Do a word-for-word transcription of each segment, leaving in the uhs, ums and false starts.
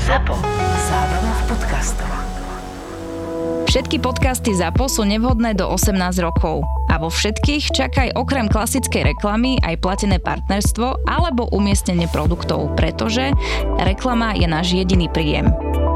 Zapo. Zábrná v podcastov. Všetky podcasty Zapo sú nevhodné do osemnásť rokov. A vo všetkých čakaj okrem klasickej reklamy aj platené partnerstvo alebo umiestnenie produktov, pretože reklama je náš jediný príjem.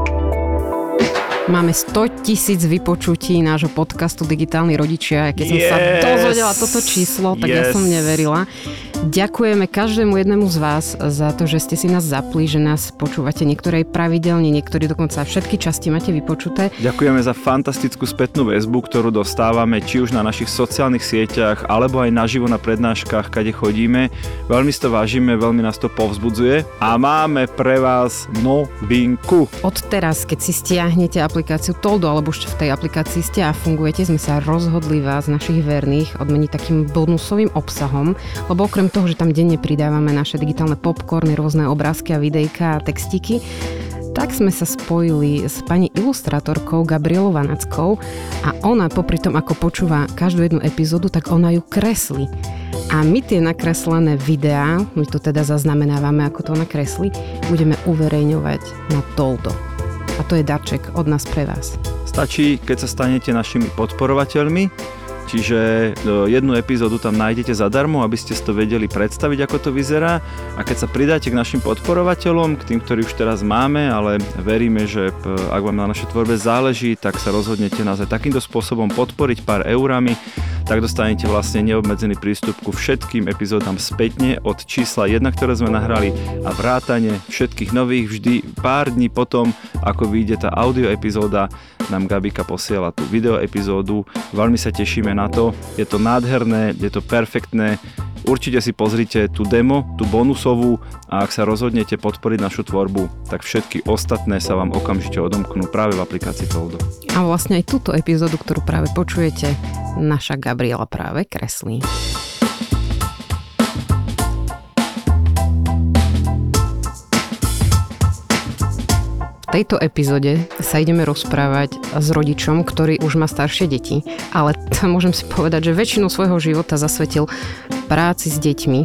Máme sto tisíc vypočutí nášho podcastu Digitálni rodičia. Keď som yes, sa dozvedela toto číslo, tak yes. ja som neverila. Ďakujeme každému jednému z vás za to, že ste si nás zapli, že nás počúvate niektoré pravidelne, niektorí dokonca všetky časti máte vypočuté. Ďakujeme za fantastickú spätnú väzbu, ktorú dostávame či už na našich sociálnych sieťach, alebo aj naživo na prednáškach, kade chodíme. Veľmi si to vážime, veľmi nás to povzbudzuje a máme pre vás novinku. Od teraz, keď si stiahnete aplikáciu Toldo, alebo už v tej aplikácii ste a fungujete, sme sa rozhodli vás, našich verných, odmeniť takým bonusovým obsahom, lebo okrem toho, že tam denne pridávame naše digitálne popcorny, rôzne obrázky a videjka a textíky, tak sme sa spojili s pani ilustrátorkou Gabrielou Vanackou a ona popri tom, ako počúva každú jednu epizódu, tak ona ju kreslí. A my tie nakreslené videá, my to teda zaznamenávame, ako to ona kreslí, budeme uverejňovať na Toldo. A to je darček od nás pre vás. Stačí, keď sa stanete našimi podporovateľmi, čiže jednu epizódu tam nájdete zadarmo, aby ste si to vedeli predstaviť, ako to vyzerá. A keď sa pridáte k našim podporovateľom, k tým, ktorí už teraz máme, ale veríme, že ak vám na našej tvorbe záleží, tak sa rozhodnete nás aj takýmto spôsobom podporiť pár eurami, tak dostanete vlastne neobmedzený prístup ku všetkým epizódam spätne od čísla jedna, ktoré sme nahrali a vrátane všetkých nových vždy pár dní potom, ako vyjde tá audio epizóda, nám Gabika posiela tú video epizódu. Veľmi sa tešíme na to, je to nádherné, je to perfektné. Určite si pozrite tú demo, tú bonusovú a ak sa rozhodnete podporiť našu tvorbu, tak všetky ostatné sa vám okamžite odomknú práve v aplikácii Toldo. A vlastne aj túto epizódu, ktorú práve počujete, naša Gabriela práve kreslí. V tejto epizóde sa ideme rozprávať s rodičom, ktorý už má staršie deti, ale to môžem si povedať, že väčšinu svojho života zasvetil práci s deťmi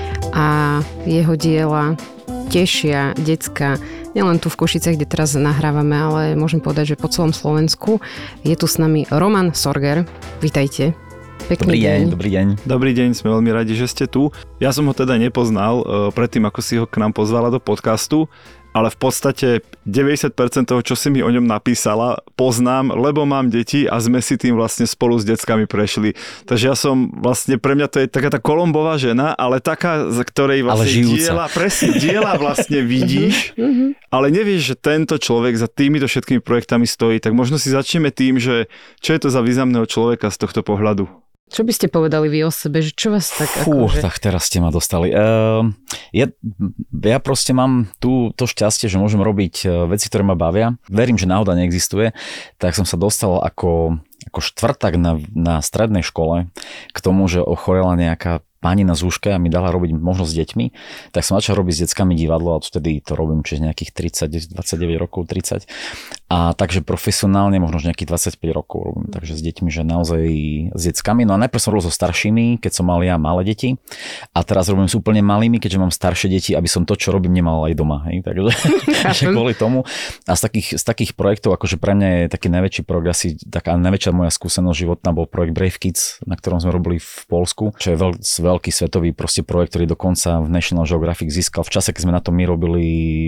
a jeho diela tešia decka nielen tu v Košiciach, kde teraz nahrávame, ale môžem povedať, že po celom Slovensku. Je tu s nami Roman Sorger. Vítajte. Pekný dobrý deň, deň. Dobrý deň. Dobrý deň, sme veľmi radi, že ste tu. Ja som ho teda nepoznal predtým, ako si ho k nám pozvala do podcastu, ale v podstate deväťdesiat percent toho, čo si mi o ňom napísala, poznám, lebo mám deti a sme si tým vlastne spolu s deckami prešli. Takže ja som vlastne, pre mňa to je taká tá Kolombová žena, ale taká, z ktorej vlastne diela, presne diela vlastne vidíš, ale nevieš, že tento človek za týmito všetkými projektami stojí. Tak možno si začneme tým, že čo je to za významného človeka z tohto pohľadu? Čo by ste povedali vy o sebe, že čo vás tak Fú, akože... tak teraz ste ma dostali. Uh, ja, ja proste mám tú, to šťastie, že môžem robiť veci, ktoré ma bavia. Verím, že náhoda neexistuje, tak som sa dostal ako, ako štvrták na, na strednej škole k tomu, že ochorela nejaká pani na zúške a mi dala robiť možno s deťmi, tak som začal robiť s deckami divadlo a vtedy to robím čiže nejakých tridsať, dvadsaťdeväť rokov, tridsať. A takže profesionálne možno nejakých dvadsaťpäť rokov robím, takže s deťmi, že naozaj s deckami. No a najprv som robil so staršími, keď som mal ja malé deti a teraz robím s úplne malými, keďže mám staršie deti, aby som to, čo robím, nemal aj doma. Hej? Takže kvôli tomu. A z takých, z takých projektov, akože pre mňa je taký najväčší projekt, asi taká najväčšia moja skúsenosť životná bol projekt Brave Kids, na ktorom sme robili v Poľsku, čo je veľ, veľký svetový proste projekt, ktorý dokonca v National Geographic získal v čase, keď sme na to my robili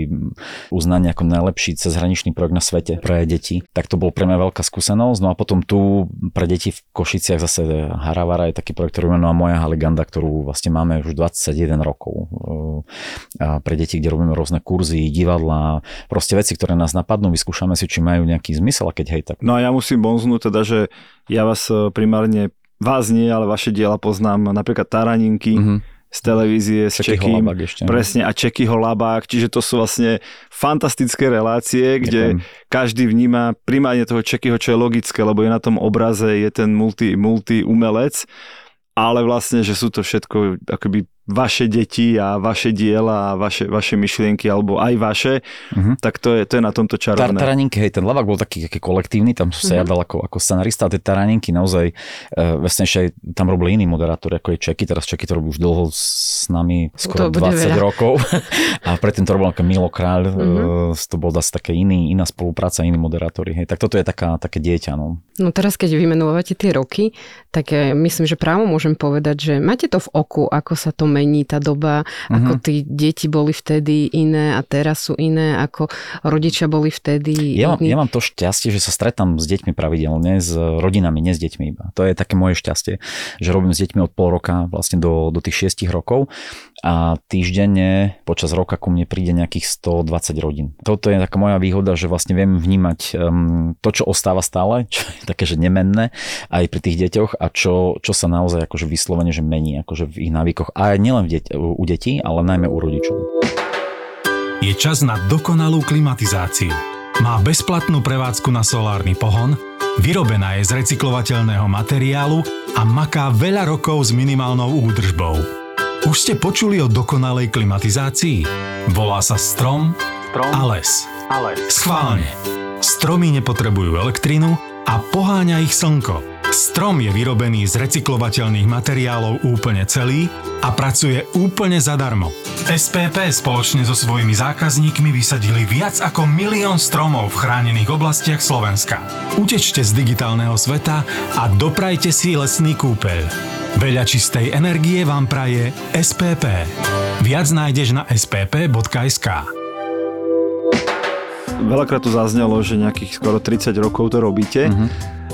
uznanie ako najlepší cezhraničný projekt na svete pre deti. Tak to bol pre mňa veľká skúsenosť. No a potom tu pre deti v Košiciach zase Haravara je taký projekt, ktorý menuje Moja Haliganda, ktorú vlastne máme už dvadsaťjeden rokov. A pre deti, kde robíme rôzne kurzy, divadlá, proste veci, ktoré nás napadnú, vyskúšame si, či majú nejaký zmysel, a keď hej, tak. No a ja musím bonznúť teda, že ja vás primárne Vás nie, ale vaše diela poznám, napríklad Taraninky mm-hmm. z televízie, s Čekým, presne, a Čekyho Labák, čiže to sú vlastne fantastické relácie, kde Ďakujem. Každý vníma primárne toho Čekyho, čo je logické, lebo je na tom obraze, je ten multi, multi umelec, ale vlastne, že sú to všetko akoby vaše deti a vaše diela a vaše, vaše myšlienky, alebo aj vaše, uh-huh. tak to je, to je na tomto čarovné. Tar, taraninky, hej, ten Lavák bol taký, taký kolektívny, tam som sa uh-huh. jadal ako, ako scenarista, a tie Taraninky naozaj, uh, vlastne tam robili iní moderátori, ako je Čeky, teraz Čeky to robí už dlho s nami, skoro dvadsať rokov, a predtým to robil ako Milo Kráľ, uh-huh. uh, to bol zase také iný, iná spolupráca, iní moderátori, hej, tak toto je taká, také dieťa, no. No teraz, keď vymenúvate tie roky, tak ja myslím, že právo môžem povedať, že máte to v oku, ako sa to mení tá doba, uh-huh. ako tí deti boli vtedy iné a teraz sú iné, ako rodičia boli vtedy ja mám, iní. Ja mám to šťastie, že sa stretám s deťmi pravidelne, s rodinami, nie s deťmi iba. To je také moje šťastie, že robím s deťmi od pol roka vlastne do, do tých šiestich rokov a týždenne počas roka ku mne príde nejakých stodvadsať rodín. Toto je taká moja výhoda, že vlastne viem vnímať um, to, čo ostáva stále, čo je také, že nemenné aj pri tých deťoch a čo, čo sa naozaj akože vyslovene, že mení akože v ich návykoch. A nielen v deť, u detí, ale najmä u rodičov. Je čas na dokonalú klimatizáciu. Má bezplatnú prevádzku na solárny pohon, vyrobená je z recyklovateľného materiálu a maká veľa rokov s minimálnou údržbou. Už ste počuli o dokonalej klimatizácii? Volá sa Strom, Strom a les. a les. Schválne. Stromy nepotrebujú elektrinu a poháňa ich slnko. Strom je vyrobený z recyklovateľných materiálov úplne celý a pracuje úplne zadarmo. es pé pé spoločne so svojimi zákazníkmi vysadili viac ako milión stromov v chránených oblastiach Slovenska. Utečte z digitálneho sveta a doprajte si lesný kúpeľ. Veľa čistej energie vám praje es pé pé. Viac nájdeš na es pé pé bodka es ká. Veľakrát tu zaznelo, že nejakých skoro tridsať rokov to robíte. Uh-huh.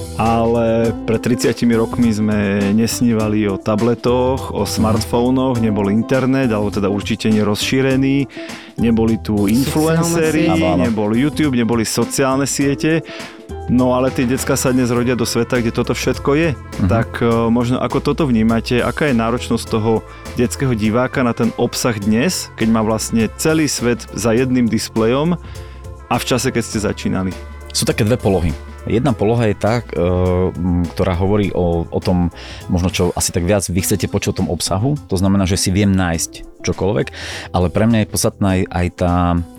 Ale pred tridsiatimi rokmi sme nesnívali o tabletoch, o smartfónoch, nebol internet, alebo teda určite nerozšírený, neboli tu influenceri, nebol YouTube, neboli sociálne siete. No ale tie decká sa dnes rodia do sveta, kde toto všetko je. Uh-huh. Tak uh, možno ako toto vnímate, aká je náročnosť toho detského diváka na ten obsah dnes, keď má vlastne celý svet za jedným displejom a v čase, keď ste začínali? Sú také dve polohy. Jedna poloha je tá, ktorá hovorí o, o tom, možno čo asi tak viac vy chcete počuť o tom obsahu. To znamená, že si viem nájsť čokoľvek, ale pre mňa je podstatná aj, aj tá,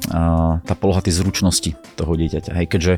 tá poloha tej zručnosti toho dieťaťa. Hej, keďže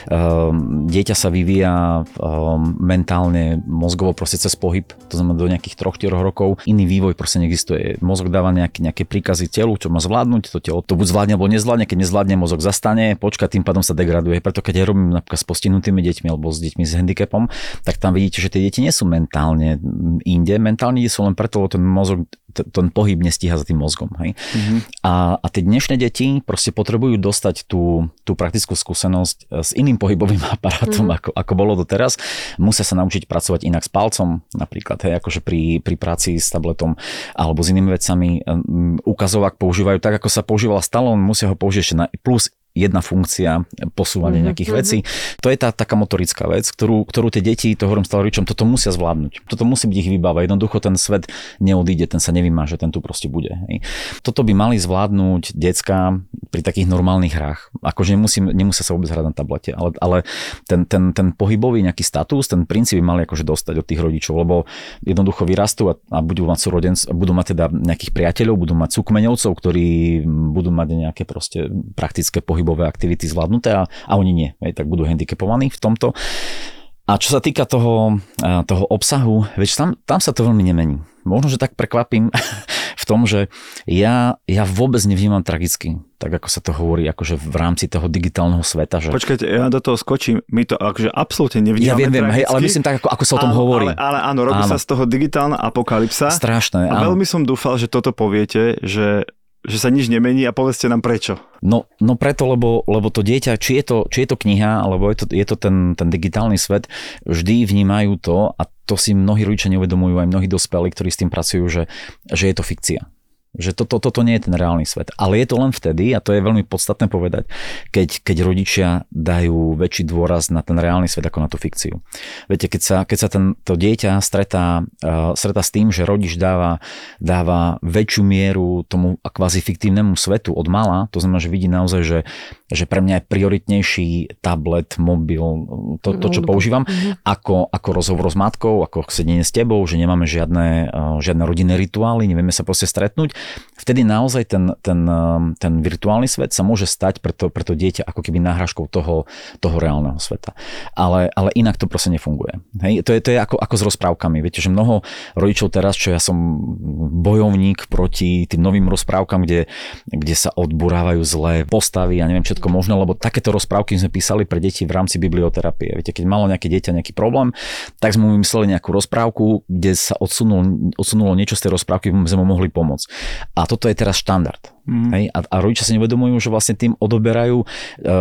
um, dieťa sa vyvíja um, mentálne, mozgovo proste cez pohyb, to znamená do nejakých troch štyroch rokov, iný vývoj proste neexistuje. Mozog dáva nejaké, nejaké príkazy telu, čo má zvládnuť, to telo to buď zvládne alebo nezvládne, keď nezvládne, mozog zastane, počka, tým pádom sa degraduje. Preto keď ja robím napríklad s postihnutými deťmi alebo s deťmi s handicapom, tak tam vidíte, že tie deti nie sú mentálne inde, mentálne sú len preto, lebo ten mozog ten pohyb nestíha za tým mozgom. Hej? Mm-hmm. A, a tie dnešné deti proste potrebujú dostať tú, tú praktickú skúsenosť s iným pohybovým aparátom, mm-hmm. ako, ako bolo doteraz. Musia sa naučiť pracovať inak s palcom, napríklad, hej, akože pri, pri práci s tabletom alebo s inými vecami. Ukazovák používajú tak, ako sa používala stále, musia ho použiť ešte na plus jedna funkcia posúvania mm-hmm. nejakých vecí. To je tá taká motorická vec, ktorú, ktorú tie deti, to hovorím stále rodičom, toto musia zvládnuť. Toto musí byť ich výbava. Jednoducho ten svet neodíde, ten sa nevymáže, ten tu proste bude. Hej. Toto by mali zvládnuť decká pri takých normálnych hrách. Akože nemusí, nemusia sa vôbec hrať na tablete, ale, ale ten, ten, ten pohybový nejaký status, ten princíp by mali akože dostať od tých rodičov, lebo jednoducho vyrastú a, a budú mať súrodenc, budú mať teda nejakých priateľov, budú mať súkmeňovcov, ktorí budú mať nejaké proste praktické pohybové aktivity zvládnuté a, a oni nie. Hej, tak budú handicapovaní v tomto. A čo sa týka toho, toho obsahu, veď tam, tam sa to veľmi nemení. Možno, že tak prekvapím v tom, že ja, ja vôbec nevnímam tragicky, tak ako sa to hovorí, akože v rámci toho digitálneho sveta. Že... Počkajte, ja do toho skočím, my to akože absolútne nevnímame ja viem, viem, tragicky. Hej, ale myslím tak, ako, ako sa o tom áno, hovorí. Ale, ale áno, robí áno. sa z toho digitálna apokalypsa. Strašné, a áno. veľmi som dúfal, že toto poviete, že že sa nič nemení a povedzte nám prečo. No, no preto, lebo, lebo to dieťa, či je to, či je to kniha, alebo je to, je to ten, ten digitálny svet, vždy vnímajú to a to si mnohí rodičia neuvedomujú, aj mnohí dospelí, ktorí s tým pracujú, že, že je to fikcia. Že toto, toto nie je ten reálny svet. Ale je to len vtedy, a to je veľmi podstatné povedať, keď, keď rodičia dajú väčší dôraz na ten reálny svet ako na tú fikciu. Viete, keď sa, keď sa ten, to dieťa stretá, uh, stretá s tým, že rodič dáva, dáva väčšiu mieru tomu kvázi fiktívnemu svetu od mala, to znamená, že vidí naozaj, že, že pre mňa je prioritnejší tablet, mobil, to, to čo používam, mm-hmm. ako, ako rozhovor s matkou, ako sedenie s tebou, že nemáme žiadne, uh, žiadne rodinné rituály, nevieme sa proste stretnúť. Vtedy naozaj ten, ten, ten virtuálny svet sa môže stať pre to, pre to dieťa ako keby náhražkou toho, toho reálneho sveta. Ale, ale inak to proste nefunguje. Hej? To je, to je ako, ako s rozprávkami. Viete, že mnoho rodičov teraz, čo ja som bojovník proti tým novým rozprávkam, kde, kde sa odburávajú zlé postavy a neviem všetko možné, lebo takéto rozprávky sme písali pre deti v rámci biblioterapie. Viete, keď malo nejaké dieťa nejaký problém, tak sme mu vymysleli nejakú rozprávku, kde sa odsunulo, odsunulo niečo z tej rozprávky, sme mu mohli pomôcť. A toto je teraz štandard. Mm. Hej? A, a rodičia si nevedomujú, že vlastne tým odoberajú uh,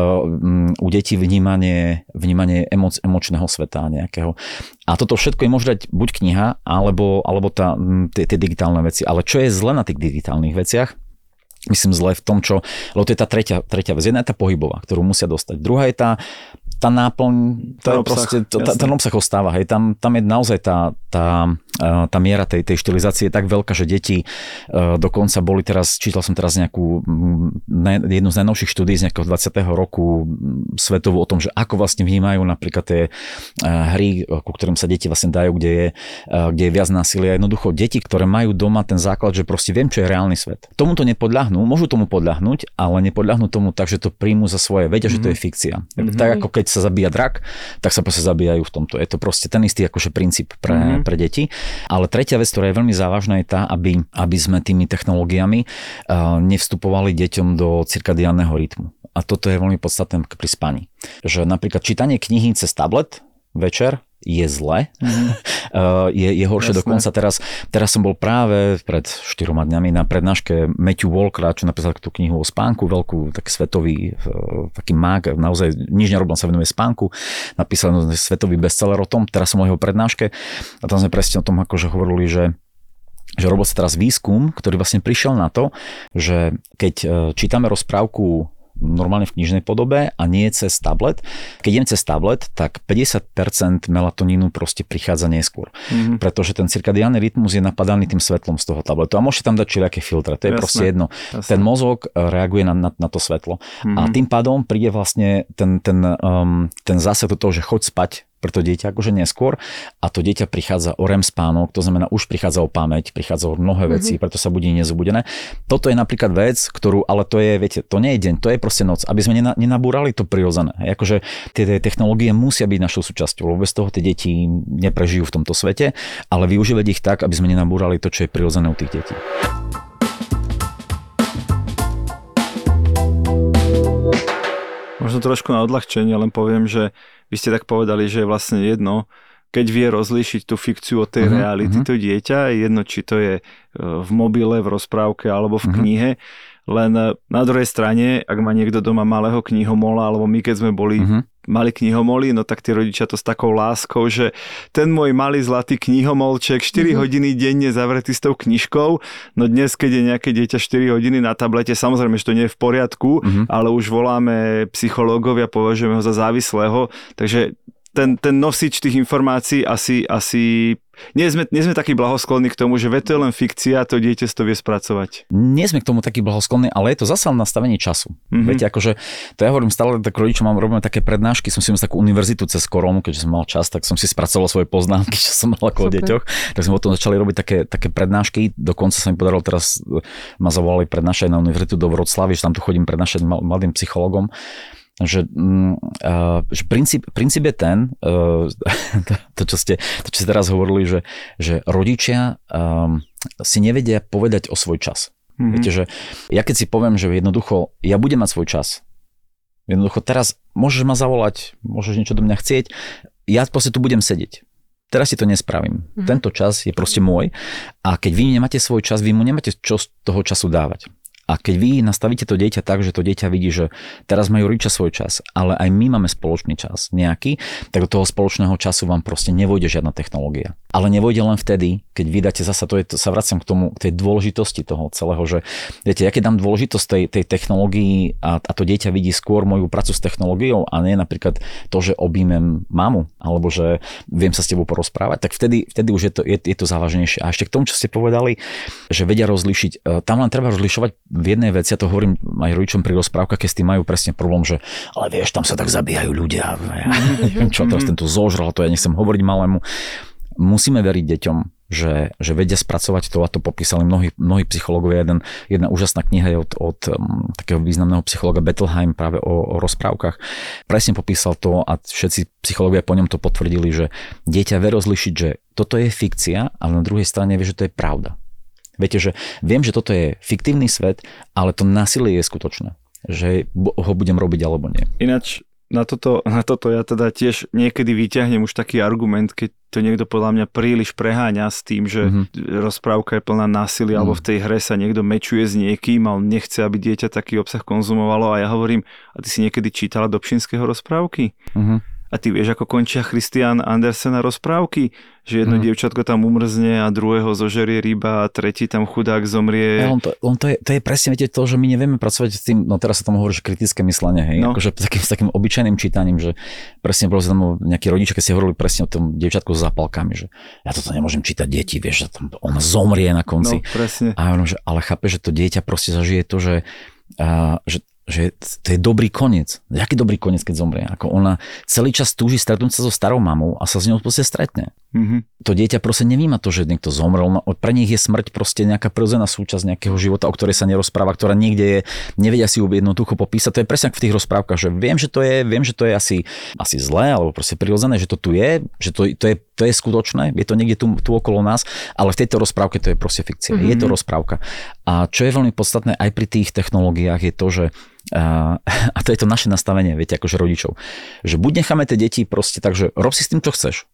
um, u detí vnímanie, vnímanie emoc, emočného sveta nejakého. A toto všetko je môže dať buď kniha, alebo, alebo tá, tie, tie digitálne veci. Ale čo je zle na tých digitálnych veciach? Myslím zle v tom, čo... Lebo to je tá tretia, tretia vec. Jedna je tá pohybová, ktorú musia dostať. Druhá je tá tá náplň, to je proste, to, tá, ten obsah ostáva, hej, tam, tam je naozaj tá, tá, tá miera tej, tej štilizácie je tak veľká, že deti dokonca boli teraz, čítal som teraz nejakú, jednu z najnovších štúdií z nejakého dvadsiateho roku svetovú o tom, že ako vlastne vnímajú napríklad tie hry, ku ktorým sa deti vlastne dajú, kde je, kde je viac násilia. Jednoducho deti, ktoré majú doma ten základ, že proste viem, čo je reálny svet. Tomuto nepodľahnú, môžu tomu podľahnúť, ale nepodľahnú tomu tak, že to príjmu za svoje, vedia, mm-hmm. že to je fikcia. Mm-hmm. Tak ako keď sa zabíja drak, tak sa proste zabíjajú v tomto. Je to proste ten istý akože princíp pre, mm-hmm. pre deti. Ale tretia vec, ktorá je veľmi závažná, je tá, aby, aby sme tými technológiami uh, nevstupovali deťom do cirkadiánneho rytmu. A toto je veľmi podstatné pri spaní. Že napríklad čítanie knihy cez tablet večer je zle. Mm. je, je horšie. Jasné. Dokonca teraz, teraz som bol práve pred štyroma dňami na prednáške Matthew Walkera, čo napísal tú knihu o spánku, veľkú, taký svetový taký mák, naozaj nič nerobil, sa venuje spánku, napísal svetový bestseller o tom, teraz som o jeho prednáške a tam sme presne o tom akože hovorili, že že robil sa teraz výskum, ktorý vlastne prišiel na to, že keď čítame rozprávku normálne v knižnej podobe a nie cez tablet. Keď idem cez tablet, tak päťdesiat percent melatonínu proste prichádza neskôr. Mm-hmm. Pretože ten cirkadiánny rytmus je napadaný tým svetlom z toho tabletu. A môžete tam dať všelijaké filtre, to je jasné, proste jedno. Jasné. Ten mozog reaguje na, na, na to svetlo. Mm-hmm. A tým pádom príde vlastne ten, ten, um, ten zásah do toho, že choď spať pre to dieťa akože neskôr a to dieťa prichádza o REM spánok, to znamená už prichádza o pamäť, prichádza o mnohé veci, mm-hmm. preto sa budí nezobudené. Toto je napríklad vec, ktorú, ale to je, viete, to nie je deň, to je proste noc, aby sme nenabúrali to prirodzené. Akože tie, tie technológie musia byť našou súčasťou, lebo bez toho tie deti neprežijú v tomto svete, ale využívať ich tak, aby sme nenabúrali to, čo je prirodzené u tých detí. Možno trošku na odľahčenie, len poviem, že vy ste tak povedali, že je vlastne jedno, keď vie rozlíšiť tú fikciu od tej uh-huh, reality, uh-huh. to dieťa, je jedno, či to je v mobile, v rozprávke alebo v uh-huh. knihe, len na druhej strane, ak má niekto doma malého knihomola, alebo my keď sme boli uh-huh. mali knihomoly, no tak tí rodičia to s takou láskou, že ten môj malý zlatý knihomolček štyri mm-hmm. hodiny denne zavretý s tou knižkou, no dnes, keď je nejaké dieťa štyri hodiny na tablete, samozrejme, že to nie je v poriadku, mm-hmm. ale už voláme psychológovia, považujeme ho za závislého, takže ten, ten nosič tých informácií asi, asi nie sme, nie sme takí blahosklonní k tomu, že to je len fikcia, to dieťa si to vie spracovať. Nie sme k tomu takí blahosklonní, ale je to zase nastavenie času. Mm-hmm. Viete, akože, to ja hovorím stále tak rodičom, mám robíme také prednášky, som si mal takú univerzitu cez koronu, keďže som mal čas, tak som si spracoval svoje poznámky, čo som mal ako o deťoch, tak sme o tom začali robiť také, také prednášky, dokonca sa mi podarilo teraz, ma zavolali prednášať na univerzitu do Vroclavy, že tam tu chodím prednášať mladým psychologom. Že, uh, že princíp, princíp je ten, uh, to, čo ste, to, čo ste teraz hovorili, že, že rodičia um, si nevedia povedať o svoj čas. Mm-hmm. Viete, že ja keď si poviem, že jednoducho, ja budem mať svoj čas, jednoducho teraz môžeš ma zavolať, môžeš niečo do mňa chcieť, ja proste tu budem sedieť. Teraz si to nespravím. Mm-hmm. Tento čas je proste môj a keď vy nemáte svoj čas, vy mu nemáte čo z toho času dávať. A keď vy nastavíte to dieťa tak, že to dieťa vidí, že teraz majú rodičia svoj čas, ale aj my máme spoločný čas nejaký, tak do toho spoločného času vám proste nevojde žiadna technológia. Ale nevojde len vtedy, keď vy dáte zasa, to je, to sa vraciam k tomu, k tej dôležitosti toho celého, že viete, ja keď dám dôležitosť tej, tej technológii a, a to dieťa vidí skôr moju prácu s technológiou a nie napríklad to, že objímem mamu, alebo že viem sa s tebou porozprávať, tak vtedy, vtedy už je to, je, je to závažnejšie. A ešte k tomu, čo ste povedali, že vedia rozlíšiť, tam len treba rozlišovať v jednej veci, ja to hovorím aj rodičom pri rozprávkach, keď s tým majú presne problém, že ale vieš, tam sa tak zabíjajú ľudia. Ja neviem čo, teraz ten tu zožral, to ja nechcem hovoriť malému. Musíme veriť deťom, že, že vedia spracovať to a to popísali mnohí, mnohí psychológovia. Jeden, jedna úžasná kniha je od, od um, takého významného psychológa Bettelheim práve o, o rozprávkach. Presne popísal to a všetci psychológovia po ňom to potvrdili, že dieťa vie rozlišiť, že toto je fikcia, ale na druhej strane vie, že to je pravda. Viete, že viem, že toto je fiktívny svet, ale to násilie je skutočné. Že ho budem robiť alebo nie. Ináč na toto, na toto ja teda tiež niekedy vyťahnem už taký argument, keď to niekto podľa mňa príliš preháňa s tým, že mm-hmm. rozprávka je plná násilia, mm. alebo v tej hre sa niekto mečuje s niekým a on nechce, aby dieťa taký obsah konzumovalo a ja hovorím, a ty si niekedy čítala Dobšinského rozprávky? Mm-hmm. A ty vieš, ako končia Christian Andersena rozprávky? Že jedno mm. dievčatko tam umrzne a druhého zožerie ryba a tretí tam chudák zomrie. Ja, on to, on to, je, to je presne, viete, to, že my nevieme pracovať s tým, no teraz sa tomu hovorí, že kritické myslenie, hej, no. akože takým, s takým obyčajným čítaním, že presne bolo tam nejakí rodičia, keď ste hovorili presne o tom dievčatku s zápalkami, že ja toto nemôžem čítať deti, vieš, že tam on zomrie na konci. No, presne. A on, že, ale chápe, že to dieťa proste zažije to, že, a, že že to je dobrý koniec. Jaký dobrý koniec, keď zomrie? Ako ona celý čas túži stretnúť sa so starou mamou a sa s ňou proste stretne. Mm-hmm. To dieťa proste nevníma to, že niekto zomrel. No, pre nich je smrť proste nejaká prirodzená súčasť nejakého života, o ktorej sa nerozpráva, ktorá niekde je, nevedia si ju jednoducho popísať. To je presne v tých rozprávkach, že viem, že to je, viem, že to je asi, asi zlé, alebo proste prirodzené, že to tu je, že to, to, je, to je skutočné, je to niekde tu, tu okolo nás, ale v tejto rozprávke to je proste fikcia. Mm-hmm. Je to rozprávka. A čo je veľmi podstatné aj pri tých technológiách je to, že Uh, a to je to naše nastavenie, viete, akože rodičov. Že buď necháme tie deti proste tak, že rob si s tým, čo chceš.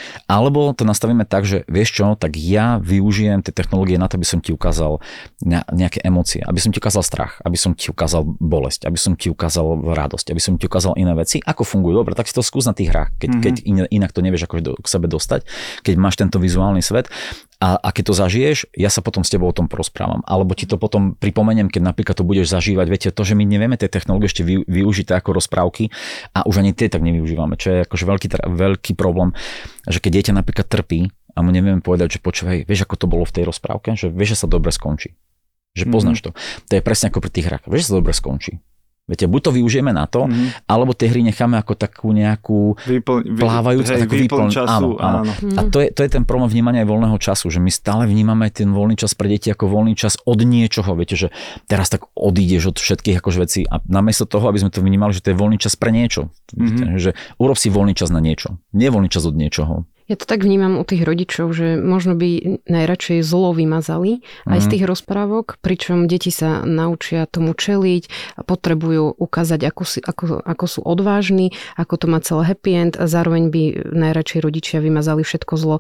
Alebo to nastavíme tak, že vieš čo, tak ja využijem tie technológie na to, aby som ti ukázal nejaké emócie, aby som ti ukázal strach, aby som ti ukázal bolesť, aby som ti ukázal radosť, aby som ti ukázal iné veci, ako fungujú. Dobre, tak si to skús na tých hrách, keď, mm-hmm. keď inak to nevieš, ako do, k sebe dostať, keď máš tento vizuálny svet. A, a keď to zažiješ, ja sa potom s tebou o tom porozprávam. Alebo ti to potom pripomeniem, keď napríklad to budeš zažívať. Viete, to, že my nevieme tie technológie ešte vy, využiť ako rozprávky a už ani tie tak nevyužívame, čo je akože veľký, veľký problém, že keď dieťa napríklad trpí a mu nevieme povedať, že počúvaj, vieš, ako to bolo v tej rozprávke, že vieš, že sa dobre skončí. Že poznáš mm-hmm. to. To je presne ako pri tých hrách. Vieš, že sa dobre skončí. Viete, buď to využijeme na to, mm-hmm. alebo tie hry necháme ako takú nejakú Vypl- plávajúcu, hej, takú výplň času. Áno, áno. áno. Mm-hmm. A to je, to je ten problém vnímania aj voľného času, že my stále vnímame ten voľný čas pre deti ako voľný čas od niečoho. Viete, že teraz tak odídeš od všetkých akože vecí a namiesto toho, aby sme to vnímali, že to je voľný čas pre niečo. Mm-hmm. Že urob si voľný čas na niečo. Nie voľný čas od niečoho. Ja to tak vnímam u tých rodičov, že možno by najradšej zlo vymazali aj z tých rozprávok, pričom deti sa naučia tomu čeliť a potrebujú ukázať, ako, si, ako, ako sú odvážni, ako to má celé happy end a zároveň by najradšej rodičia vymazali všetko zlo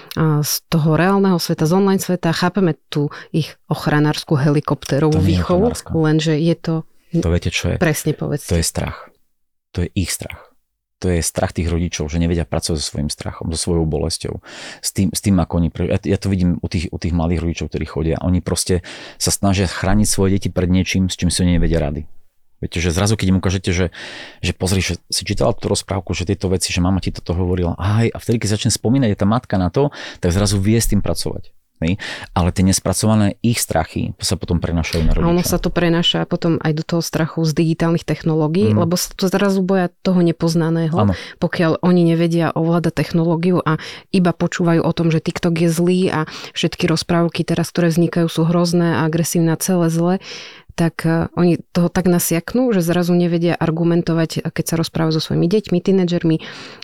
z toho reálneho sveta, z online sveta. Chápeme tu ich ochranárskú helikopterovú výchovu, lenže je to... To viete, čo je? Presne povedzte. To je strach. To je ich strach. To je strach tých rodičov, že nevedia pracovať so svojím strachom, so svojou bolesťou. S tým, s tým ako oni... Ja, ja to vidím u tých, u tých malých rodičov, ktorí chodia. Oni proste sa snažia chrániť svoje deti pred niečím, s čím si oni nevedia rady. Viete, že zrazu, keď im ukážete, že, že pozri, že si čítala tú rozprávku, že tieto veci, že mama ti toto hovorila, aj, a vtedy, keď začne spomínať tá matka na to, tak zrazu vie s tým pracovať. Ale tie nespracované ich strachy sa potom prenášajú na rodiča. A ono sa to prenáša potom aj do toho strachu z digitálnych technológií, mm. lebo sa to zrazu boja toho nepoznaného, ano. Pokiaľ oni nevedia ovládať technológiu a iba počúvajú o tom, že TikTok je zlý a všetky rozprávky teraz, ktoré vznikajú, sú hrozné a agresívne a celé zlé, tak oni toho tak nasiaknú, že zrazu nevedia argumentovať, keď sa rozprávajú so svojimi deťmi, tínedžermi,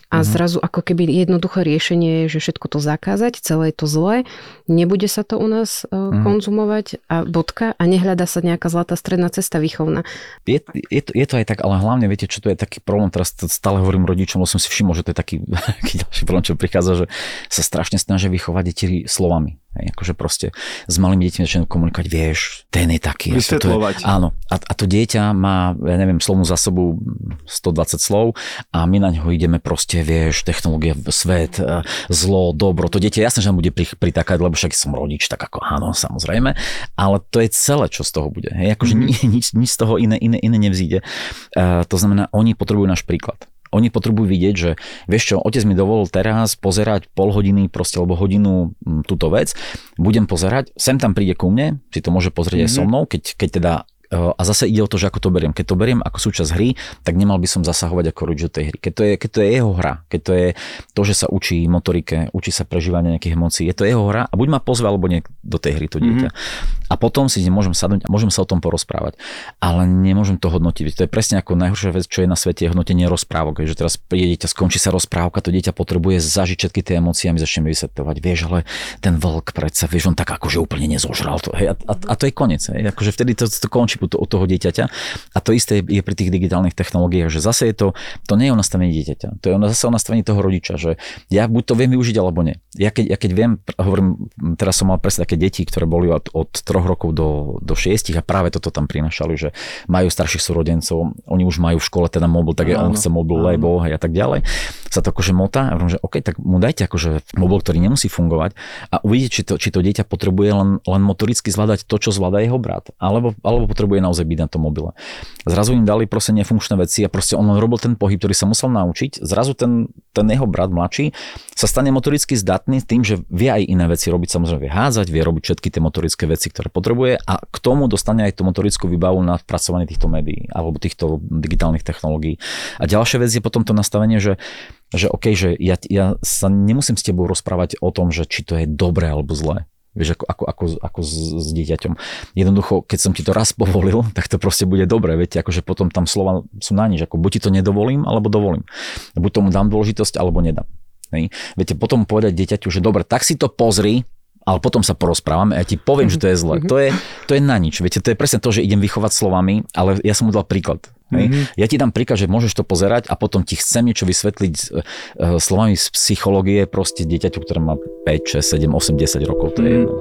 a Mhm. zrazu ako keby jednoduché riešenie je, že všetko to zakázať, celé je to zlé, nebude sa to u nás uh, Mhm. konzumovať a bodka a nehľadá sa nejaká zlatá stredná cesta výchovná. Je, je, to, je to aj tak, ale hlavne viete, čo to je taký problém, teraz to stále hovorím rodičom, lebo som si všimol, že to je taký, taký ďalší problém, čo prichádza, že sa strašne snažia vychovať deti slovami. Hej, akože proste s malými deťmi začnú komunikovať, vieš, ten je taký. Vysvetľovať. Je, áno. A, a to dieťa má, ja neviem, slovnú zásobu stodvadsať slov a my na ňo ideme proste, vieš, technológia, svet, zlo, dobro. To dieťa jasne, že nám bude pritakať, lebo však som rodič, tak ako áno, samozrejme. Ale to je celé, čo z toho bude. Hej, akože mm-hmm. nič, nič z toho iné, iné, iné nevzíde. Uh, to znamená, oni potrebujú náš príklad. Oni potrebujú vidieť, že vieš čo, otec mi dovolil teraz pozerať pol hodiny proste, alebo hodinu m, túto vec, budem pozerať, sem tam príde ku mne, si to môže pozrieť mm-hmm. aj so mnou, keď, keď teda a zase ide o to, že ako to beriem. Keď to beriem ako súčasť hry, tak nemal by som zasahovať ako rodič do tej hry. Keď to je, keď to je jeho hra, keď to je to, že sa učí motorike, učí sa prežívanie nejakých emócií, je to jeho hra a buď ma pozve alebo nie do tej hry to dieťa. Mm-hmm. A potom si môžem sadnúť a môžem sa o tom porozprávať. Ale nemôžem to hodnotiť. To je presne ako najhoršia vec, čo je na svete, je hodnotenie rozprávok. Že teraz príde dieťa, skončí sa rozprávka, to dieťa potrebuje zažiť všetky tie emócie a my začneme vysvetľovať. Vieš, ale ten vlk predsa, vieš, on tak akože úplne nezožral to. Hej, a, a, a to je koniec. Hej. Akože vtedy to, to končí od toho dieťaťa. A to isté je pri tých digitálnych technológiách, že zase je to, to nie je o nastavení dieťaťa. To je zase o nastavení toho rodiča, že ja buď to viem využiť, alebo nie. Ja keď, ja keď viem, hovorím, teraz som mal presne také deti, ktoré boli od, od troch rokov do, do šiestich a práve toto tam prinašali, že majú starších súrodencov, oni už majú v škole teda mobil, tak je on chce mobil, lebo a tak ďalej. Sa to akože motá a hovorím, že OK, tak mu dajte akože mobil, ktorý nemusí fungovať a uvidíte, či to, či to dieťa potrebuje len, len motoricky zvládať to, čo zvláda jeho brat, alebo, alebo potrebuje naozaj byť na tom mobile. Zrazu im dali proste nefunkčné veci a proste on len robil ten pohyb, ktorý sa musel naučiť. Zrazu ten, ten jeho brat mladší sa stane motoricky zdatný tým, že vie aj iné veci robiť, samozrejme vie hádzať, vie robiť všetky tie motorické veci, ktoré potrebuje a k tomu dostane aj tú motorickú výbavu na spracovanie týchto médií alebo týchto digitálnych technológií. A ďalšia vec je potom to nastavenie, že že OK, že ja, ja sa nemusím s tebou rozprávať o tom, že či to je dobré alebo zlé. Vieš, ako, ako, ako, ako s, s dieťaťom. Jednoducho, keď som ti to raz povolil, tak to proste bude dobré. Viete, akože potom tam slova sú na nič. Ako buď ti to nedovolím, alebo dovolím. Buď tomu dám dôležitosť, alebo nedám. Hej. Viete, potom povedať dieťaťu, že dobre, tak si to pozri, ale potom sa porozprávame a ja ti poviem, že to je zle. To je, to je na nič. Viete, to je presne to, že idem vychovať slovami, ale ja som mu dal príklad. Hej. Mm-hmm. Ja ti dám príklad, že môžeš to pozerať a potom ti chcem niečo vysvetliť uh, slovami z psychológie proste dieťaťu, ktoré má päť, šesť, sedem, osem, desať rokov. To je jedno.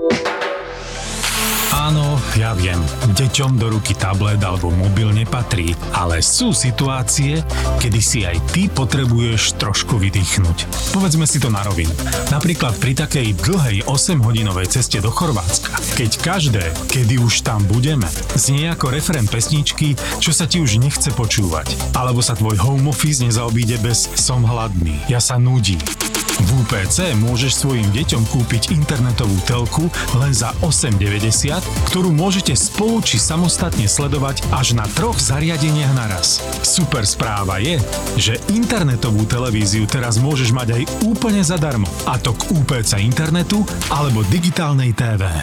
Áno, ja viem, deťom do ruky tablet alebo mobil nepatrí, ale sú situácie, kedy si aj ty potrebuješ trošku vydýchnuť. Povedzme si to na rovinu. Napríklad pri takej dlhej osemhodinovej ceste do Chorvátska, keď každé, kedy už tam budeme, znie ako refrén pesničky, čo sa ti už nechce počúvať. Alebo sa tvoj home office nezaobíde bez som hladný, ja sa nudím. V ú pé cé môžeš svojim deťom kúpiť internetovú telku len za osem deväťdesiat, ktorú môžete spolu či samostatne sledovať až na troch zariadeniach naraz. Super správa je, že internetovú televíziu teraz môžeš mať aj úplne zadarmo, a to k ú pé cé internetu alebo digitálnej té vé.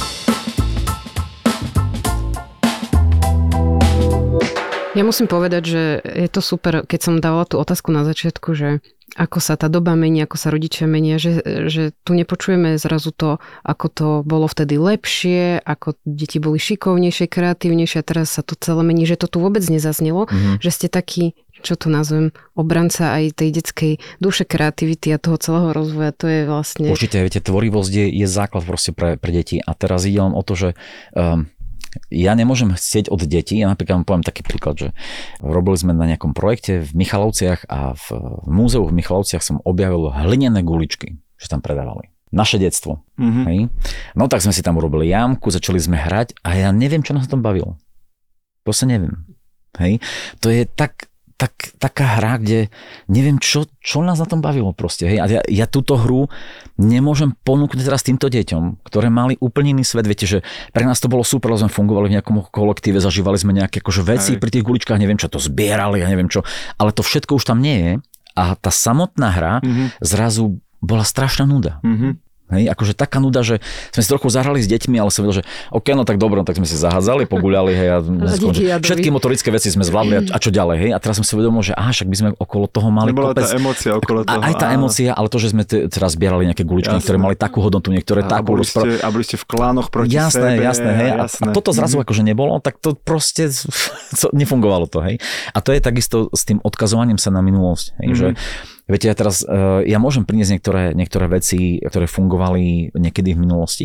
Ja musím povedať, že je to super, keď som dávala tú otázku na začiatku, že ako sa tá doba mení, ako sa rodičia menia, že, že tu nepočujeme zrazu to, ako to bolo vtedy lepšie, ako deti boli šikovnejšie, kreatívnejšie a teraz sa to celé mení, že to tu vôbec nezaznelo, mm-hmm. že ste taký, čo to nazvem, obranca aj tej detskej duše, kreativity a toho celého rozvoja, to je vlastne... Určite, viete, tvorivosť je, je základ proste pre, pre deti a teraz ide len o to, že... Um, ja nemôžem chcieť od detí, ja napríklad vám poviem taký príklad, že robili sme na nejakom projekte v Michalovciach a v múzeu v Michalovciach som objavil hlinené guličky, že tam predávali. Naše detstvo. Mm-hmm. Hej? No tak sme si tam urobili jamku, začali sme hrať a ja neviem, čo nás tom bavilo. Proste neviem. Hej? To je tak... Tak, taká hra, kde neviem, čo, čo nás na tom bavilo proste. Hej? A ja, ja túto hru nemôžem ponúknuť teraz týmto deťom, ktoré mali úplne iný svet. Viete, že pre nás to bolo super, lebo sme fungovali v nejakom kolektíve, zažívali sme nejaké akože veci Aj. pri tých guličkách, neviem čo, to zbierali, ja neviem čo. Ale to všetko už tam nie je. A tá samotná hra mm-hmm. zrazu bola strašná nuda. Mm-hmm. Hej, akože taká nuda, že sme si trochu zahrali s deťmi, ale som vedel, že OK, no tak dobro, tak sme si zahádzali, poguľali, hej, a všetky motorické veci sme zvládli a čo ďalej, hej. A teraz som si uvedomil, že aha, však by sme okolo toho mali Nebola kopec. tá emócia okolo toho. Aj tá emócia, ale to, že sme te, teraz zbierali nejaké guličky, Jasné. ktoré mali takú hodnotu, niektoré a takú. A boli ste, a boli ste v klánoch proti jasné, sebe. Jasné, hej. A, a toto zrazu mm-hmm. akože nebolo, tak to proste nefungovalo to, hej. A to je takisto s tým odkazovaním sa na minulosť, hej, mm-hmm. že viete, ja teraz, ja môžem priniesť niektoré, niektoré veci, ktoré fungovali niekedy v minulosti,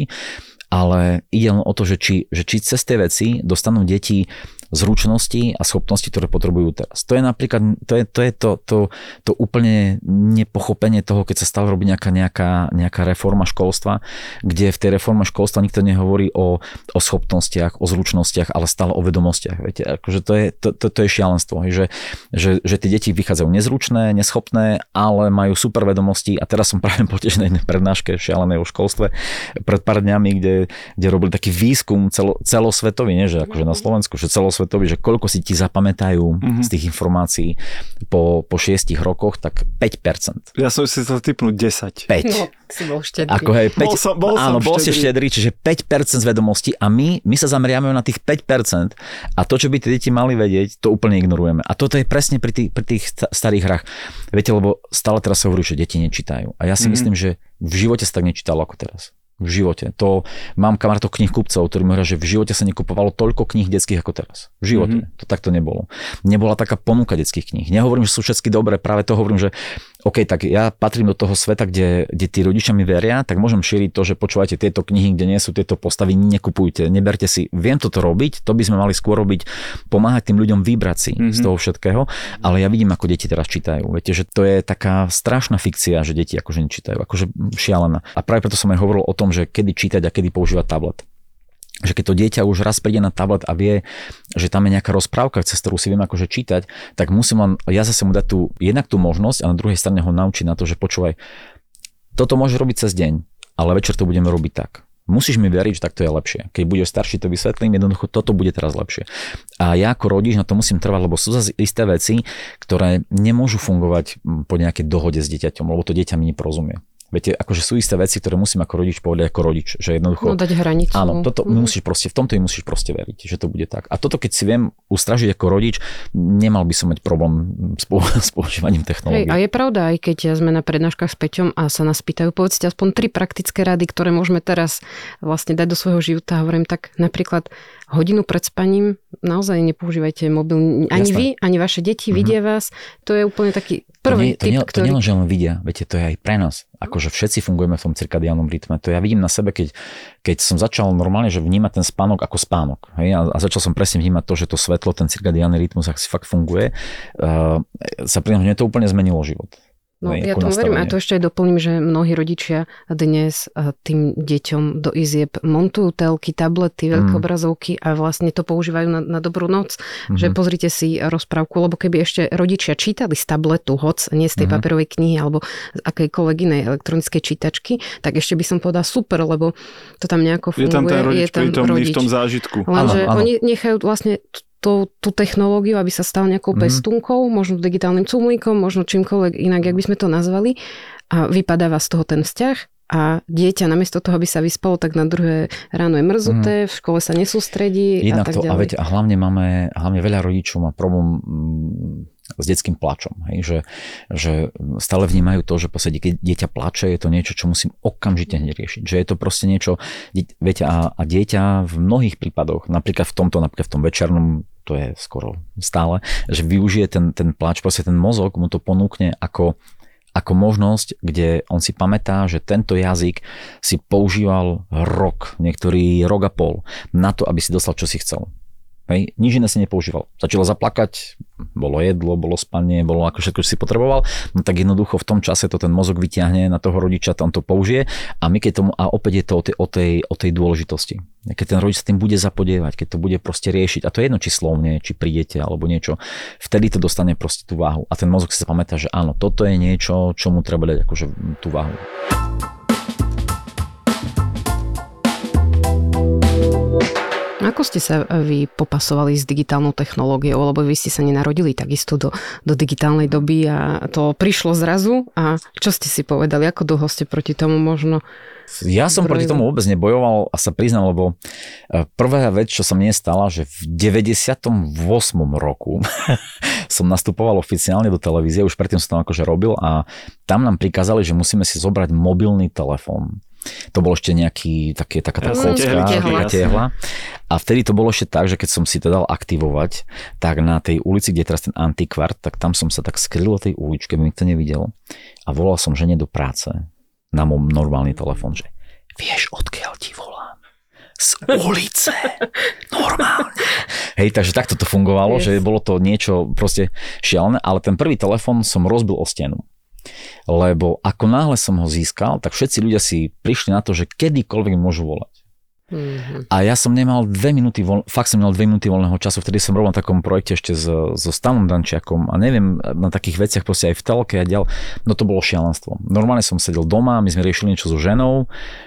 ale ide len o to, že či, že či cez tie veci dostanú deti zručnosti a schopnosti, ktoré potrebujú teraz. To je napríklad, to je to, je to, to, to úplne nepochopenie toho, keď sa stále robí nejaká, nejaká, nejaká reforma školstva, kde v tej reforme školstva nikto nehovorí o, o schopnostiach, o zručnostiach, ale stále o vedomostiach. Viete, akože to je, to, to, to je šialenstvo, že, že, že tie deti vychádzajú nezručné, neschopné, ale majú super vedomosti a teraz som práve potešený na jednej prednáške šialenej o školstve pred pár dňami, kde, kde robili taký výskum celo, celosvetový, nie že akože na Slovensku, že celosvetový, že koľko si ti zapamätajú mm-hmm. z tých informácií po, po šiestich rokoch, tak päť percent. Ja som si chcel tipnúť desať. päť. No, si bol štedrý. Ako hej, päť, bol som, bol áno, som bol ste štedrý, čiže päť percent z vedomostí a my, my sa zameriame na tých päť percent a to, čo by tie deti mali vedieť, to úplne ignorujeme. A toto je presne pri tých, pri tých starých hrách. Viete, lebo stále teraz sa hovorí, že deti nečítajú. A ja si mm-hmm. myslím, že v živote sa tak nečítalo ako teraz. V živote. To mám kamarátov knihkupcov, ktorí mi hovoria, že v živote sa nekupovalo toľko kníh detských ako teraz. V živote. Mm-hmm. To takto nebolo. Nebola taká ponuka detských kníh. Nehovorím, že sú všetky dobré, práve to hovorím, že OK, tak ja patrím do toho sveta, kde, kde tí rodičia mi veria, tak môžem šíriť to, že počúvate tieto knihy, kde nie sú tieto postavy, nekupujte, neberte si. Viem toto robiť, to by sme mali skôr robiť, pomáhať tým ľuďom vybrať si mm-hmm. z toho všetkého, ale ja vidím, ako deti teraz čítajú. Viete, že to je taká strašná fikcia, že deti akože nečítajú, akože šialená. A práve preto som aj hovoril o tom, že kedy čítať a kedy používať tablet. Že keď to dieťa už raz príde na tablet a vie, že tam je nejaká rozprávka, cez ktorú si viem akože čítať, tak musím len, ja zase mu dať tú, jednak tú možnosť a na druhej strane ho naučiť na to, že počúvaj, toto môže robiť cez deň, ale večer to budeme robiť tak. Musíš mi veriť, že takto je lepšie. Keď bude starší, to vysvetlím, jednoducho toto bude teraz lepšie. A ja ako rodič na to musím trvať, lebo sú zase isté veci, ktoré nemôžu fungovať po nejakej dohode s dieťaťom, lebo to dieťa mi neporozumie. Viete, akože sú isté veci, ktoré musím ako rodič povedať ako rodič, že jednoducho... No dať hranicu. Áno, toto mm. musíš proste, v tomto im musíš proste veriť, že to bude tak. A toto, keď si viem ustražiť ako rodič, nemal by som mať problém s, pou, s používaním technológií. Hej, a je pravda, aj keď sme na prednáškach s Peťom a sa nás pýtajú, povedzte aspoň tri praktické rady, ktoré môžeme teraz vlastne dať do svojho života. Hovorím tak napríklad hodinu pred spaním naozaj nepoužívajte mobil. Ani Jasné. vy, ani vaše deti mm-hmm. vidia vás. To je úplne taký prvý to nie, typ, to ktorý... nie len, že len vidia, viete, to je aj pre nás. Akože všetci fungujeme v tom cirkadiálnom rytme. To ja vidím na sebe, keď, keď som začal normálne, že vnímať ten spánok ako spánok. Hej? A, a začal som presne vnímať to, že to svetlo, ten cirkadiálny rytmus, ak si fakt funguje, uh, sa pri tom, že to úplne zmenilo život. No, ja tomu verím a to ešte aj doplním, že mnohí rodičia dnes tým deťom do izieb montujú telky, tablety, veľké mm. obrazovky a vlastne to používajú na, na dobrú noc. Mm-hmm. Že pozrite si rozprávku, lebo keby ešte rodičia čítali z tabletu, hoc, nie z tej mm-hmm. papierovej knihy alebo z akejkoľvek inej elektronickej čítačky, tak ešte by som povedala super, lebo to tam nejako funguje. Je tam ten rodič, je tam prítomný v tom zážitku. Lenže oni nechajú vlastne Tú, tú technológiu, aby sa stal nejakou mm. pestúnkou, možno digitálnym cumlíkom, možno čímkoľvek inak, jak by sme to nazvali, a vypadáva z toho ten vzťah a dieťa namiesto toho, aby sa vyspalo, tak na druhé ráno je mrzuté, mm. v škole sa nesústredí a tak to, ďalej. A, viete, a hlavne máme, hlavne veľa rodičov má problém s detským plačom, hej, že, že stále vnímajú to, že posledne, keď dieťa plače, je to niečo, čo musím okamžite hneď riešiť. Že je to proste niečo, viete, a, a dieťa v mnohých prípadoch, napríklad v tomto, napríklad v tom večernom, to je skoro stále, že využije ten, ten pláč, proste ten mozog mu to ponúkne ako, ako možnosť, kde on si pamätá, že tento jazyk si používal rok, niektorý rok a pol, na to, aby si dostal, čo si chcel. Hej, nič iné si nepoužíval. Začalo zaplakať, bolo jedlo, bolo spanie, bolo ako všetko, čo si potreboval, no tak jednoducho v tom čase to ten mozog vyťahne na toho rodiča, on to použije a my keď tomu, a opäť je to o tej, o tej, o tej dôležitosti. Keď ten rodič s tým bude zapodievať, keď to bude proste riešiť, a to je jedno, či slovne, či pri dete alebo niečo, vtedy to dostane proste tú váhu a ten mozog si sa pamätá, že áno, toto je niečo, čomu treba dať akože tú váhu. Ako ste sa vy popasovali s digitálnou technológiou, lebo vy ste sa nenarodili takisto do, do digitálnej doby a to prišlo zrazu a čo ste si povedali, ako dlho ste proti tomu možno? Ja som proti tomu vôbec nebojoval a sa priznám, lebo prvá vec, čo sa mne stala, že v deväťdesiatom ôsmom roku som nastupoval oficiálne do televízie, už predtým som tam akože robil a tam nám prikázali, že musíme si zobrať mobilný telefón. To bolo ešte nejaký, také, taká tá kocka, tehla. A vtedy to bolo ešte tak, že keď som si to dal aktivovať, tak na tej ulici, kde je teraz ten antikvart, tak tam som sa tak skryl o tej uličke, by mi to nevidel. A volal som žene do práce na môj normálny telefón, že vieš, odkiaľ ti volám? Z ulice. Normálne. Hej, takže takto to fungovalo, yes. Že bolo to niečo proste šialené, ale ten prvý telefón som rozbil o stenu. Lebo ako náhle som ho získal, tak všetci ľudia si prišli na to, že kedykoľvek môžu volať. Mm-hmm. A ja som nemal dve minúty, voľ, fakt som nemal dve minúty voľného času, vtedy som robil na takom projekte ešte so, so Stanom Dančiakom a neviem, na takých veciach proste aj v telke a ďal, no to bolo šialenstvo. Normálne som sedel doma, my sme riešili niečo so ženou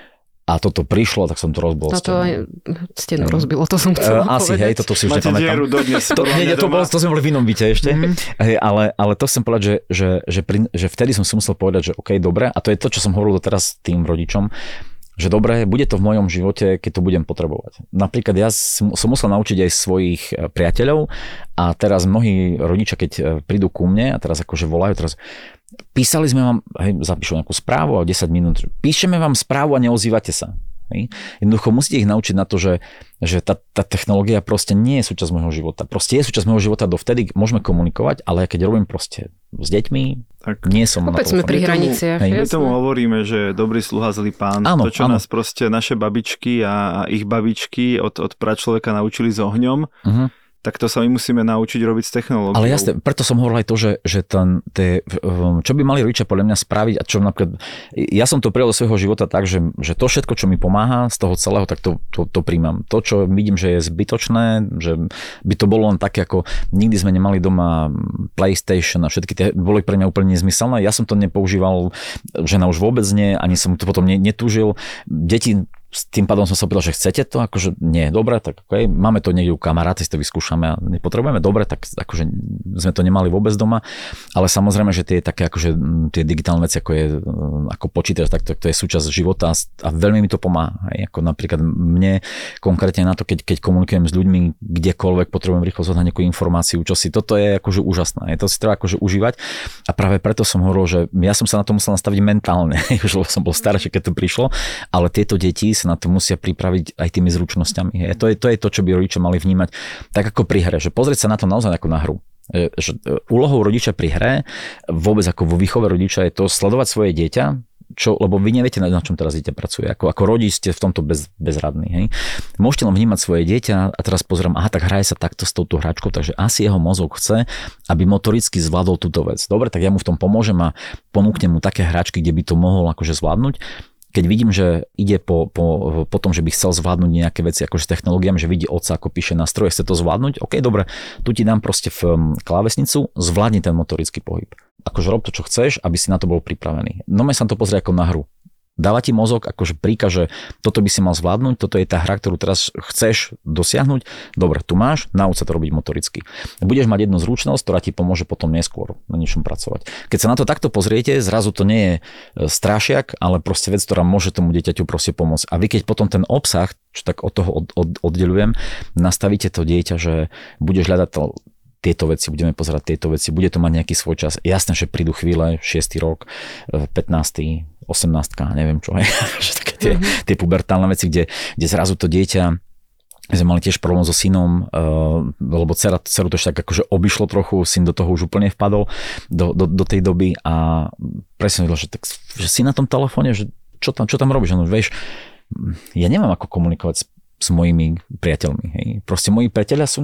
a toto prišlo, tak som to rozbil. Toto stenu rozbilo, to som chcel uh, Asi, povedať. hej, toto si už nepamätám. To, nie, to, bolo, to sme boli v inom byte ešte, mm-hmm. hej, ale, ale to chcem povedať, že, že, že, pri, že vtedy som si musel povedať, že OK, dobre, a to je to, čo som hovoril doteraz tým rodičom, že dobre, bude to v mojom živote, keď to budem potrebovať. Napríklad ja som musel naučiť aj svojich priateľov a teraz mnohí rodičia, keď prídu ku mne a teraz akože volajú, teraz písali sme vám, hej, zapíšu nejakú správu a desať minút, píšeme vám správu a neozývate sa. Hej. Jednoducho musíte ich naučiť na to, že, že tá, tá technológia proste nie je súčasť môjho života. Proste je súčasť môjho života, dovtedy môžeme komunikovať, ale keď robím proste s deťmi, tak nie som opäť sme pri hraniciach. My tomu hovoríme, že dobrý sluha, zlý pán. Áno, to, čo áno. Nás proste naše babičky a, a ich babičky od, od pračlovieka naučili s ohňom, uh-huh. tak to sa my musíme naučiť robiť s technológiou. Ale jasne, preto som hovoril aj to, že, že ten, te, čo by mali rodičia podľa mňa spraviť a čo napríklad, ja som to prijal do svojho života tak, že, že to všetko, čo mi pomáha z toho celého, tak to, to, to príjmam. To, čo vidím, že je zbytočné, že by to bolo len také, ako nikdy sme nemali doma PlayStation a všetky tie boli pre mňa úplne nezmyselné. Ja som to nepoužíval, žena už vôbec nie, ani som to potom netúžil. Deti s tým pádom som sa opýtal, že chcete to? Akože nie, dobre, tak okay. Máme to niekde u kamaráty, si to vyskúšame a nepotrebujeme, dobre, tak akože sme to nemali vôbec doma, ale samozrejme, že tie také akože tie digitálne veci, ako je ako počítač, tak to, to je súčasť života a veľmi mi to pomáha. Hej. Ako napríklad mne konkrétne na to, keď, keď komunikujem s ľuďmi, kdekoľvek potrebujem rýchlo zohnať nejakú informáciu, čo si, toto je akože úžasné. Je to si treba akože užívať a práve preto som hovoril, že ja som sa na to musel nastaviť mentálne, už som bol starší, keď to prišlo, ale tieto deti sa na to musia pripraviť aj tými zručnosťami. Hej. To je, to je to, čo by rodičia mali vnímať tak ako pri hre, že pozrieť sa na to naozaj ako na hru. Že úlohou rodiča pri hre, vôbec ako vo výchove rodiča je to sledovať svoje dieťa, čo, lebo vy neviete, na čom teraz dieťa pracuje. Ako, ako rodič ste v tomto bez, bezradní. Hej. Môžete len vnímať svoje dieťa a teraz pozerám, aha, tak hraje sa takto s touto hračkou, takže asi jeho mozog chce, aby motoricky zvládol túto vec. Dobre, tak ja mu v tom pomôžem a ponúknem mu také hračky, kde by to mohol akože zvládnuť. Keď vidím, že ide po, po, po tom, že by chcel zvládnuť nejaké veci akože s technológiami, že vidí otca, ako píše na stroje, chce to zvládnuť, OK, dobre, tu ti dám proste v klávesnicu, zvládni ten motorický pohyb. Akože rob to, čo chceš, aby si na to bol pripravený. No my sa to pozrie ako na hru. Dáva ti mozog, akože príkaže, toto by si mal zvládnuť, toto je tá hra, ktorú teraz chceš dosiahnuť. Dobre, tu máš, nauč sa to robiť motoricky. Budeš mať jednu zručnosť, ktorá ti pomôže potom neskôr na niečom pracovať. Keď sa na to takto pozriete, zrazu to nie je strašiak, ale proste vec, ktorá môže tomu dieťaťu proste pomôcť. A vy keď potom ten obsah, čo tak od toho od, od, oddelujem, nastavíte to dieťa, že budeš hľadať to, tieto veci, budeme pozerať tieto veci, bude to mať nejaký svoj čas. Jasné, že prídu chvíle, šiesty rok, pätnásty, osemnástka, neviem čo, také tie, mm-hmm. tie pubertálne veci, kde, kde zrazu to dieťa, sme mali tiež problém so synom, uh, lebo dcera, dceru to ešte tak akože obišlo trochu, syn do toho už úplne vpadol do, do, do tej doby a presne vedel, že, tak, že si na tom telefóne, že čo tam, čo tam robíš? No, vieš, ja nemám ako komunikovať s, s mojimi priateľmi. Hej. Proste moji priateľia sú na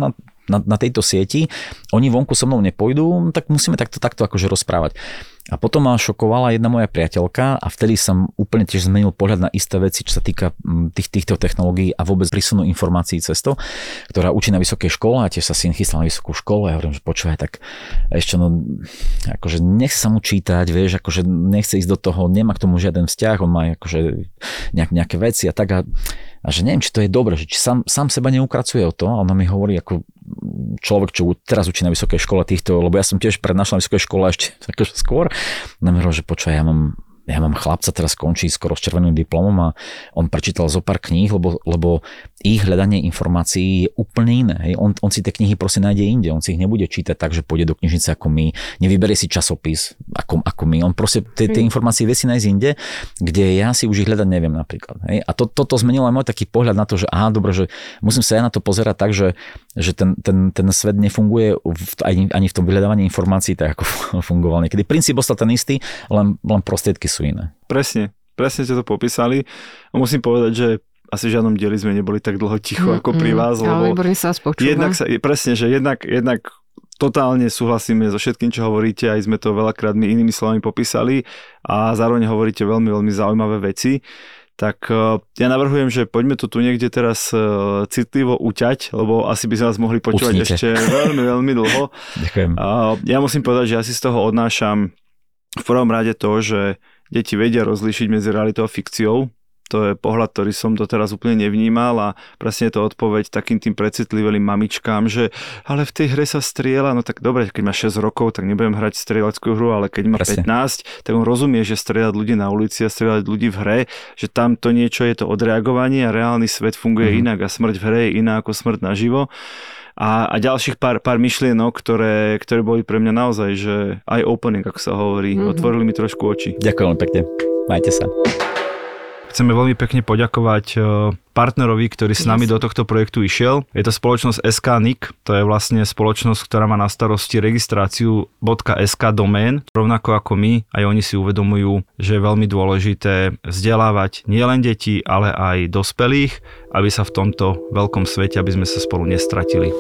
na, na tejto sieti, oni vonku so mnou nepôjdu, tak musíme takto, takto akože rozprávať. A potom ma šokovala jedna moja priateľka a vtedy som úplne tiež zmenil pohľad na isté veci, čo sa týka tých, týchto technológií a vôbec prísunu informácií cez to, ktorá učí na vysokej škole a tiež sa syn chystal na vysokú školu a ja hovorím, že počúvaj, tak ešte no, akože nechce sa mu čítať, vieš, akože nechce ísť do toho, nemá k tomu žiaden vzťah, on má akože nejak, nejaké veci a tak a, a že neviem, či to je dobré, že či sám, sám seba neukracuje o to a ona mi hovorí ako človek, čo teraz učí na vysokej škole týchto, lebo ja som tiež prednášal na vysokej škole ešte akože skôr, a mi hovoril, že počúvaj, ja mám ja mám chlapca, teraz končí skoro s červeným diplomom a on prečítal zo pár kníh, lebo, lebo ich hľadanie informácií je úplne iné. Hej. On, on si tie knihy proste nájde inde, on si ich nebude čítať tak, že pôjde do knižnice ako my, nevyberie si časopis ako, ako my, on proste tie, tie informácie vie si nájsť inde, kde ja si už ich hľadať neviem napríklad. Hej. A to, toto zmenilo aj môj taký pohľad na to, že aha, dobre, že musím sa ja na to pozerať tak, že, že ten, ten, ten svet nefunguje v, ani v tom vyhľadávaní informácií tak, ako fungoval niekedy. Princíp ostal ten istý, len, len prostriedky sú iné. Presne, presne ste to popísali. A musím povedať, že asi v žiadnom dieli sme neboli tak dlho ticho mm, ako pri vás, mm, lebo výborne sa spočúva. Jednak sa, presne, že jednak, jednak totálne súhlasíme so všetkým, čo hovoríte, aj sme to veľakrát my inými slovami popísali a zároveň hovoríte veľmi, veľmi zaujímavé veci. Tak ja navrhujem, že poďme to tu niekde teraz citlivo uťať, lebo asi by sme vás mohli počúvať Učnite. ešte veľmi, veľmi dlho. Ďakujem. Ja musím povedať, že ja si z toho odnášam v prvom rade to, že deti vedia rozlíšiť medzi realitou a fikciou. To je pohľad, ktorý som doteraz úplne nevnímal a presne je to odpoveď takým tým precitlivým mamičkám, že ale v tej hre sa strieľa, no tak dobre, keď má šesť rokov, tak nebudem hrať strieľackú hru, ale keď má presne. pätnásť, tak on rozumie, že strieľať ľudí na ulici a strieľať ľudí v hre, že tam to niečo je to odreagovanie a reálny svet funguje mm-hmm. inak a smrť v hre je iná ako smrť naživo. A, a ďalších pár, pár myšlienok, ktoré, ktoré boli pre mňa naozaj, že aj opening, ako sa hovorí, mm-hmm. otvorili mi trošku oči. Ďakujem pekne, majte sa. Chceme veľmi pekne poďakovať partnerovi, ktorý s nami yes. do tohto projektu išiel. Je to spoločnosť es ká en í cé, to je vlastne spoločnosť, ktorá má na starosti registráciu .sk domén, rovnako ako my, aj oni si uvedomujú, že je veľmi dôležité vzdelávať nielen deti, ale aj dospelých, aby sa v tomto veľkom svete, aby sme sa spolu nestratili.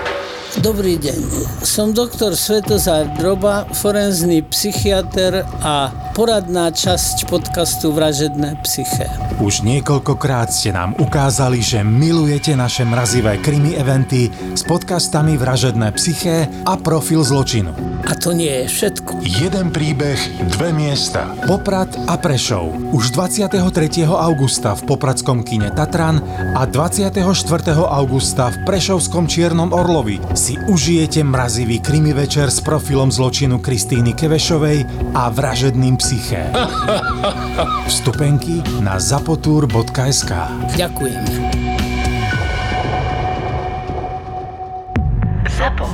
Dobrý deň, som doktor Svetozár Droba, forenzný psychiater a poradná časť podcastu Vražedné psyché. Už niekoľkokrát ste nám ukázali, že milujete naše mrazivé krimi eventy s podcastami Vražedné psyché a Profil zločinu. A to nie je všetko. Jeden príbeh, dve miesta. Poprad a Prešov. Už dvadsiateho tretieho augusta v popradskom kine Tatran a dvadsiateho štvrtého augusta v prešovskom Čiernom Orlovi si užijete mrazivý krimi večer s Profilom zločinu Kristíny Kevešovej a Vražedným psyché. Vstupenky na zapotur bodka es ká. Ďakujem. Zapo.